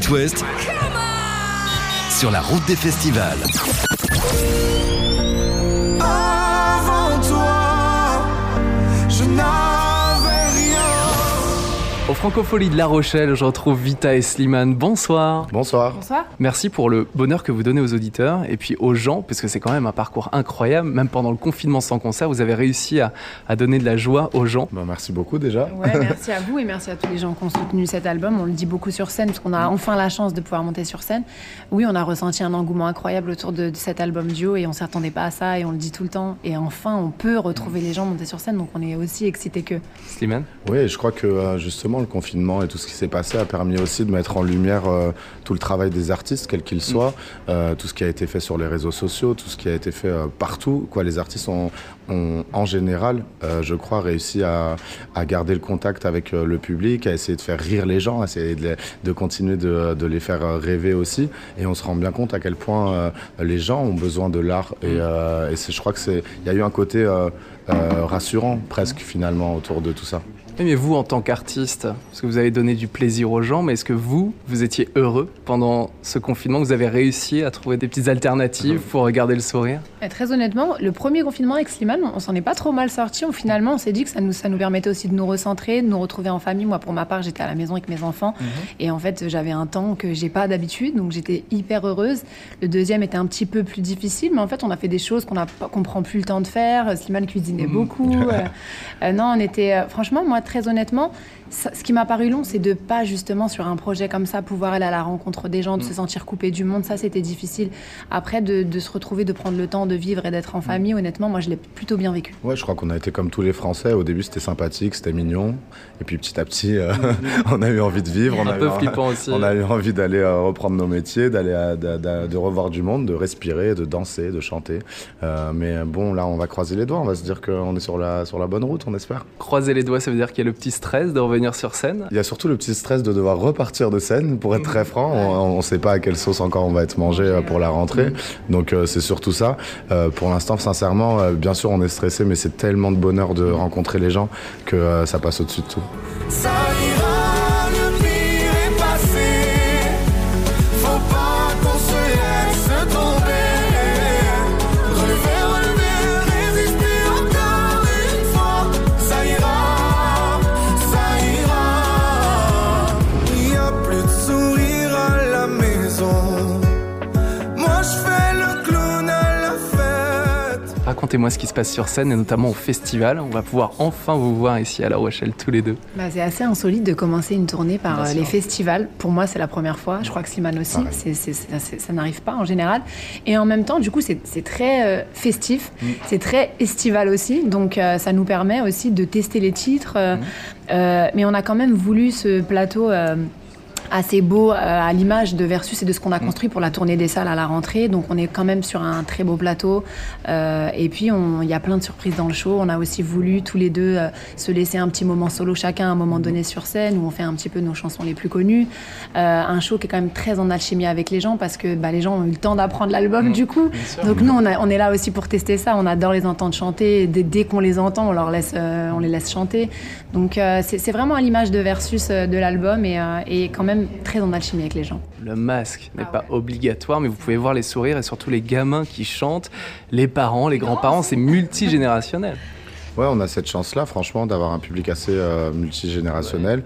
It West sur la route des festivals. Avant toi, je n'avais rien. Aux Francopholies de La Rochelle, je retrouve Vita et Slimane. Bonsoir. Bonsoir. Bonsoir. Merci pour le bonheur que vous donnez aux auditeurs et puis aux gens, parce que c'est quand même un parcours incroyable. Même pendant le confinement sans concert, vous avez réussi à donner de la joie aux gens. Merci beaucoup déjà. Ouais, merci à vous et merci à tous les gens qui ont soutenu cet album. On le dit beaucoup sur scène parce qu'on a enfin la chance de pouvoir monter sur scène. Oui, on a ressenti un engouement incroyable autour de cet album duo et on s'attendait pas à ça et on le dit tout le temps. Et enfin, on peut retrouver les gens monter sur scène, donc on est aussi excités qu'eux. Slimane ? Oui, je crois que justement le confinement et tout ce qui s'est passé a permis aussi de mettre en lumière tout le travail des artistes, quels qu'ils soient, tout ce qui a été fait sur les réseaux sociaux, tout ce qui a été fait partout. Les artistes ont en général, je crois, réussi à garder le contact avec le public, à essayer de faire rire les gens, à essayer de continuer de les faire rêver aussi. Et on se rend bien compte à quel point les gens ont besoin de l'art. Et je crois qu'il y a eu un côté rassurant presque finalement autour de tout ça. Mais vous, en tant qu'artiste, parce que vous avez donné du plaisir aux gens, mais est-ce que vous étiez heureux pendant ce confinement ? Vous avez réussi à trouver des petites alternatives pour regarder le sourire ? Et très honnêtement, le premier confinement avec Slimane, on s'en est pas trop mal sorti. Finalement, on s'est dit que ça nous permettait aussi de nous recentrer, de nous retrouver en famille. Moi, pour ma part, j'étais à la maison avec mes enfants. Et en fait, j'avais un temps que j'ai pas d'habitude, donc j'étais hyper heureuse. Le deuxième était un petit peu plus difficile, mais en fait, on a fait des choses qu'on prend plus le temps de faire. Slimane cuisinait beaucoup. Non, on était... franchement, moi, très honnêtement, ce qui m'a paru long, c'est de pas justement sur un projet comme ça pouvoir aller à la rencontre des gens, de se sentir coupé du monde. Ça, c'était difficile. Après, de se retrouver, de prendre le temps de vivre et d'être en famille, honnêtement, moi, je l'ai plutôt bien vécu. Ouais, je crois qu'on a été comme tous les Français. Au début, c'était sympathique, c'était mignon. Et puis petit à petit, on a eu envie de vivre. Un peu flippant aussi. On a eu envie d'aller reprendre nos métiers, de revoir du monde, de respirer, de danser, de chanter. Mais bon, là, on va croiser les doigts. On va se dire qu'on est sur la bonne route, on espère. Croiser les doigts, ça veut dire qu'il y a le petit stress de revenir sur scène. Il y a surtout le petit stress de devoir repartir de scène, pour être très franc. On ne sait pas à quelle sauce encore on va être mangé pour la rentrée. Donc c'est surtout ça. Pour l'instant, sincèrement, bien sûr, on est stressé, mais c'est tellement de bonheur de rencontrer les gens que ça passe au-dessus de tout. Ça ira, le pire est passé. Faut pas qu'on se laisse tomber. Relever, résister encore une fois. Ça ira. Il y a plus de sourire à la maison. Moi je fais le clown à la fête. Racontez-moi ce qui se passe sur scène et notamment au festival. On va pouvoir enfin vous voir ici à La Rochelle tous les deux. C'est assez insolite de commencer une tournée par les festivals. Pour moi, c'est la première fois. Je crois que Slimane aussi. Ça n'arrive pas en général. Et en même temps, du coup, c'est très festif. C'est très estival aussi. Donc, ça nous permet aussi de tester les titres. Mais on a quand même voulu ce plateau... assez beau à l'image de Versus et de ce qu'on a construit pour la tournée des salles à la rentrée. Donc on est quand même sur un très beau plateau. Et puis il y a plein de surprises dans le show. On a aussi voulu tous les deux se laisser un petit moment solo chacun à un moment donné sur scène où on fait un petit peu nos chansons les plus connues. Un show qui est quand même très en alchimie avec les gens parce que les gens ont eu le temps d'apprendre l'album du coup. Donc nous on est là aussi pour tester ça. On adore les entendre chanter. Dès qu'on les entend, on les laisse chanter. Donc c'est vraiment à l'image de Versus de l'album et quand même très en alchimie avec les gens. Le masque n'est pas obligatoire, mais vous pouvez voir les sourires et surtout les gamins qui chantent, les parents, les grands-parents, c'est multigénérationnel. Ouais, on a cette chance-là, franchement, d'avoir un public assez multigénérationnel.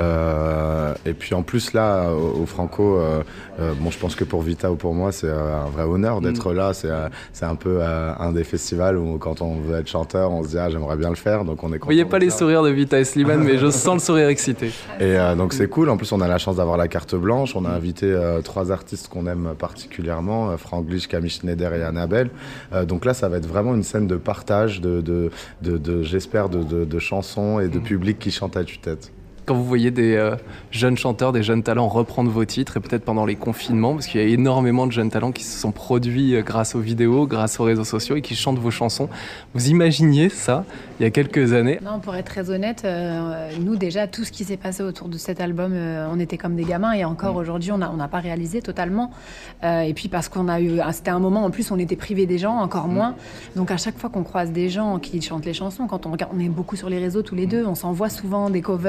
Et puis en plus, là, au Franco, je pense que pour Vita ou pour moi, c'est un vrai honneur d'être là. C'est un peu un des festivals où, quand on veut être chanteur, on se dit « Ah, j'aimerais bien le faire ». Donc on est content. Vous voyez pas les sourires de Vita et Slimane, mais je sens le sourire excité. Et donc c'est cool. En plus, on a la chance d'avoir la carte blanche. On a invité 3 artistes qu'on aime particulièrement, Franglish, Camille Schneider et Annabelle. Donc là, ça va être vraiment une scène de partage, j'espère, de chansons et de public qui chante à tue-tête. Quand vous voyez des jeunes chanteurs, des jeunes talents reprendre vos titres, et peut-être pendant les confinements, parce qu'il y a énormément de jeunes talents qui se sont produits grâce aux vidéos, grâce aux réseaux sociaux et qui chantent vos chansons, vous imaginiez ça il y a quelques années? Non, pour être très honnête, nous déjà, tout ce qui s'est passé autour de cet album, on était comme des gamins et encore aujourd'hui, on n'a pas réalisé totalement. Et puis parce qu'on a eu... C'était un moment, en plus, on était privés des gens, encore moins. Donc à chaque fois qu'on croise des gens qui chantent les chansons, quand on regarde, on est beaucoup sur les réseaux tous les deux, on s'envoie souvent des covers de gens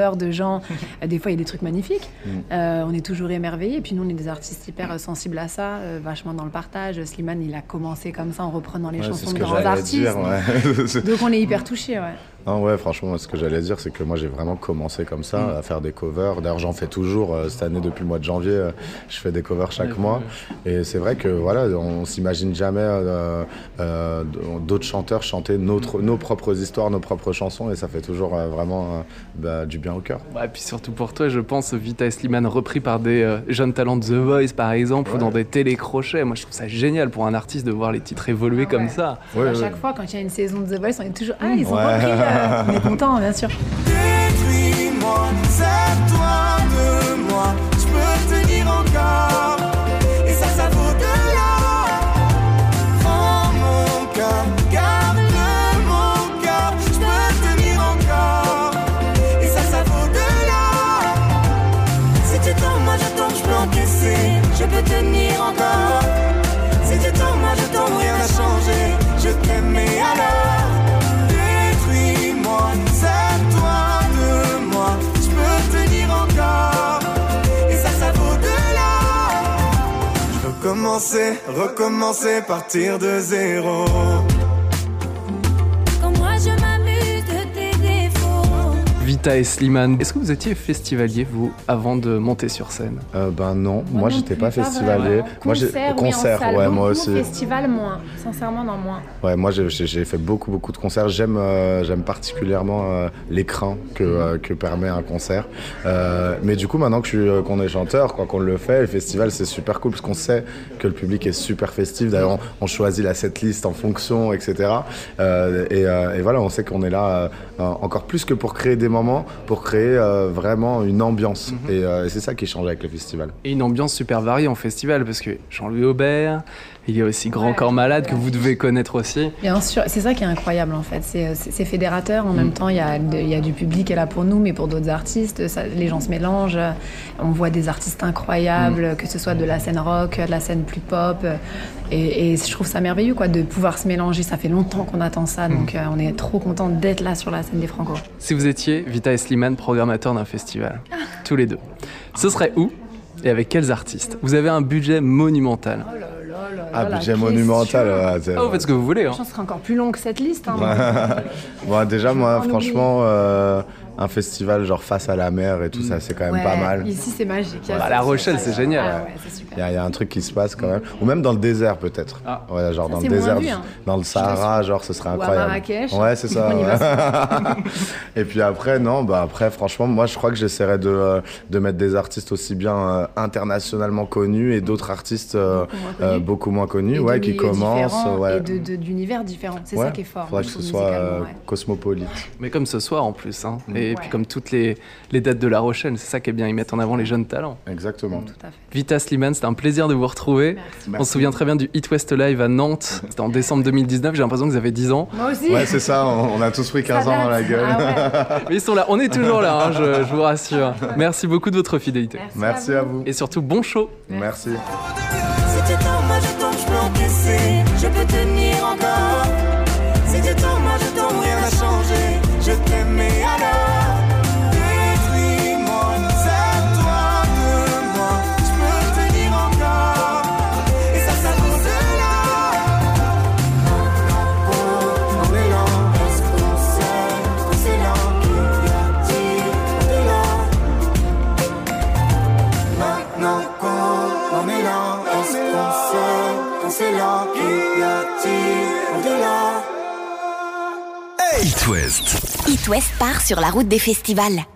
gens. Des fois, il y a des trucs magnifiques. On est toujours émerveillés. Et puis nous, on est des artistes hyper sensibles à ça, vachement dans le partage. Slimane, il a commencé comme ça en reprenant les chansons de grands artistes. Dire, ouais. Donc on est hyper touchés, ouais. Non, ouais, franchement, ce que j'allais dire, c'est que moi, j'ai vraiment commencé comme ça, à faire des covers. D'ailleurs, j'en fais toujours. Cette année, depuis le mois de janvier, je fais des covers chaque mois. Et c'est vrai que, voilà, on s'imagine jamais d'autres chanteurs chanter nos propres histoires, nos propres chansons. Et ça fait toujours vraiment du bien au cœur. Et puis surtout pour toi, je pense, Vita et Slimane repris par des jeunes talents de The Voice, par exemple, ou dans des télécrochets. Moi, je trouve ça génial pour un artiste de voir les titres évoluer comme ça. À chaque fois, quand il y a une saison de The Voice, on est toujours ils ont repris. On est content, bien sûr. Détruis-moi, sers-toi de moi, je peux tenir encore. Et ça vaut de l'or. Prends mon cœur, garde mon cœur, je peux tenir encore. Et ça vaut de l'or. Si tu tombes, moi je tombe, je peux encaisser, je peux tenir encore. Si tu tombes, moi je tombe, rien n'a changé, je t'aime et alors. Sers-toi de moi, je peux tenir encore. Et ça vaut de l'or. Je veux recommencer, partir de zéro. Quand moi je m'amuse de tes défauts. Vita et Slimane, est-ce que vous étiez festivalier, vous, avant de monter sur scène ? Non, moi j'étais pas festivalier. Concert, ouais, moi aussi. Festival, moins. Sincèrement, non, moins. Ouais, moi j'ai fait beaucoup de concerts. J'aime particulièrement l'écran que permet un concert. Mais du coup, maintenant qu'on est chanteur, qu'on le fait, le festival c'est super cool parce qu'on sait que le public est super festif. D'ailleurs, on choisit la setlist en fonction, etc. Et voilà, on sait qu'on est là encore plus que pour créer des moments, pour créer vraiment une ambiance. Et c'est ça qui change avec le festival. Et une ambiance super variée en festival, parce que Jean-Louis Aubert, il y a aussi Grand Corps Malade que vous devez connaître aussi. Bien sûr, c'est ça qui est incroyable en fait. C'est fédérateur. En même temps, il y a du public qui est là pour nous, mais pour d'autres artistes, les gens se mélangent. On voit des artistes incroyables, que ce soit de la scène rock, de la scène plus pop. Et je trouve ça merveilleux de pouvoir se mélanger. Ça fait longtemps qu'on attend ça, donc on est trop contents d'être là sur la scène des Franco. Si vous étiez, Vita et Slimane, programmateurs d'un festival, tous les deux, ce serait où et avec quels artistes ? Vous avez un budget monumental. Budget monumental. Vous faites ce que vous voulez. Je pense que ce sera encore plus long que cette liste. Déjà, moi, franchement, un festival genre face à la mer et tout ça, c'est quand même pas mal. Ici, c'est magique. La Rochelle, c'est génial. C'est super. Il y a un truc qui se passe quand même. Ou même dans le désert, peut-être. Ouais, genre dans le désert, dans le Sahara, genre, ce serait incroyable. Ou à Marrakech. Ouais, c'est ça. Et puis après, franchement, moi, je crois que j'essaierais de mettre des artistes aussi bien internationalement connus et d'autres artistes beaucoup moins connus, qui commencent. Et d'univers différents. C'est ça qui est fort. Il faudrait que ce soit cosmopolite. Mais comme ce soir en plus. Et puis comme toutes les dates de La Rochelle, c'est ça qui est bien, ils mettent en avant les jeunes talents. Exactement. Tout à fait. Vita, Slimane, c'était un plaisir de vous retrouver. Merci. On se souvient très bien du Hit West Live à Nantes, c'était en décembre 2019, j'ai l'impression que vous avez 10 ans. Moi aussi. Ouais, c'est ça, on a tous pris 15 ans dans la gueule. Mais ils sont là, on est toujours là, je vous rassure. Merci beaucoup de votre fidélité. Merci à vous. Et surtout, bon show. Merci. Si tu tombes, moi je tombe, je peux encaisser, je peux tenir encore. Si tu tombes, moi je tombe, rien n'a changé, je t'aime et alors. Détruis-moi, sers-toi de moi, je peux tenir encore. Et ça vaut de l'or. On est lent, est-ce qu'on c'est lent, qu'y a-t-il au-delà? Maintenant qu'on est lent, est-ce qu'on c'est lent, qu'y a-t-il au-delà? It West. It West part sur la route des festivals.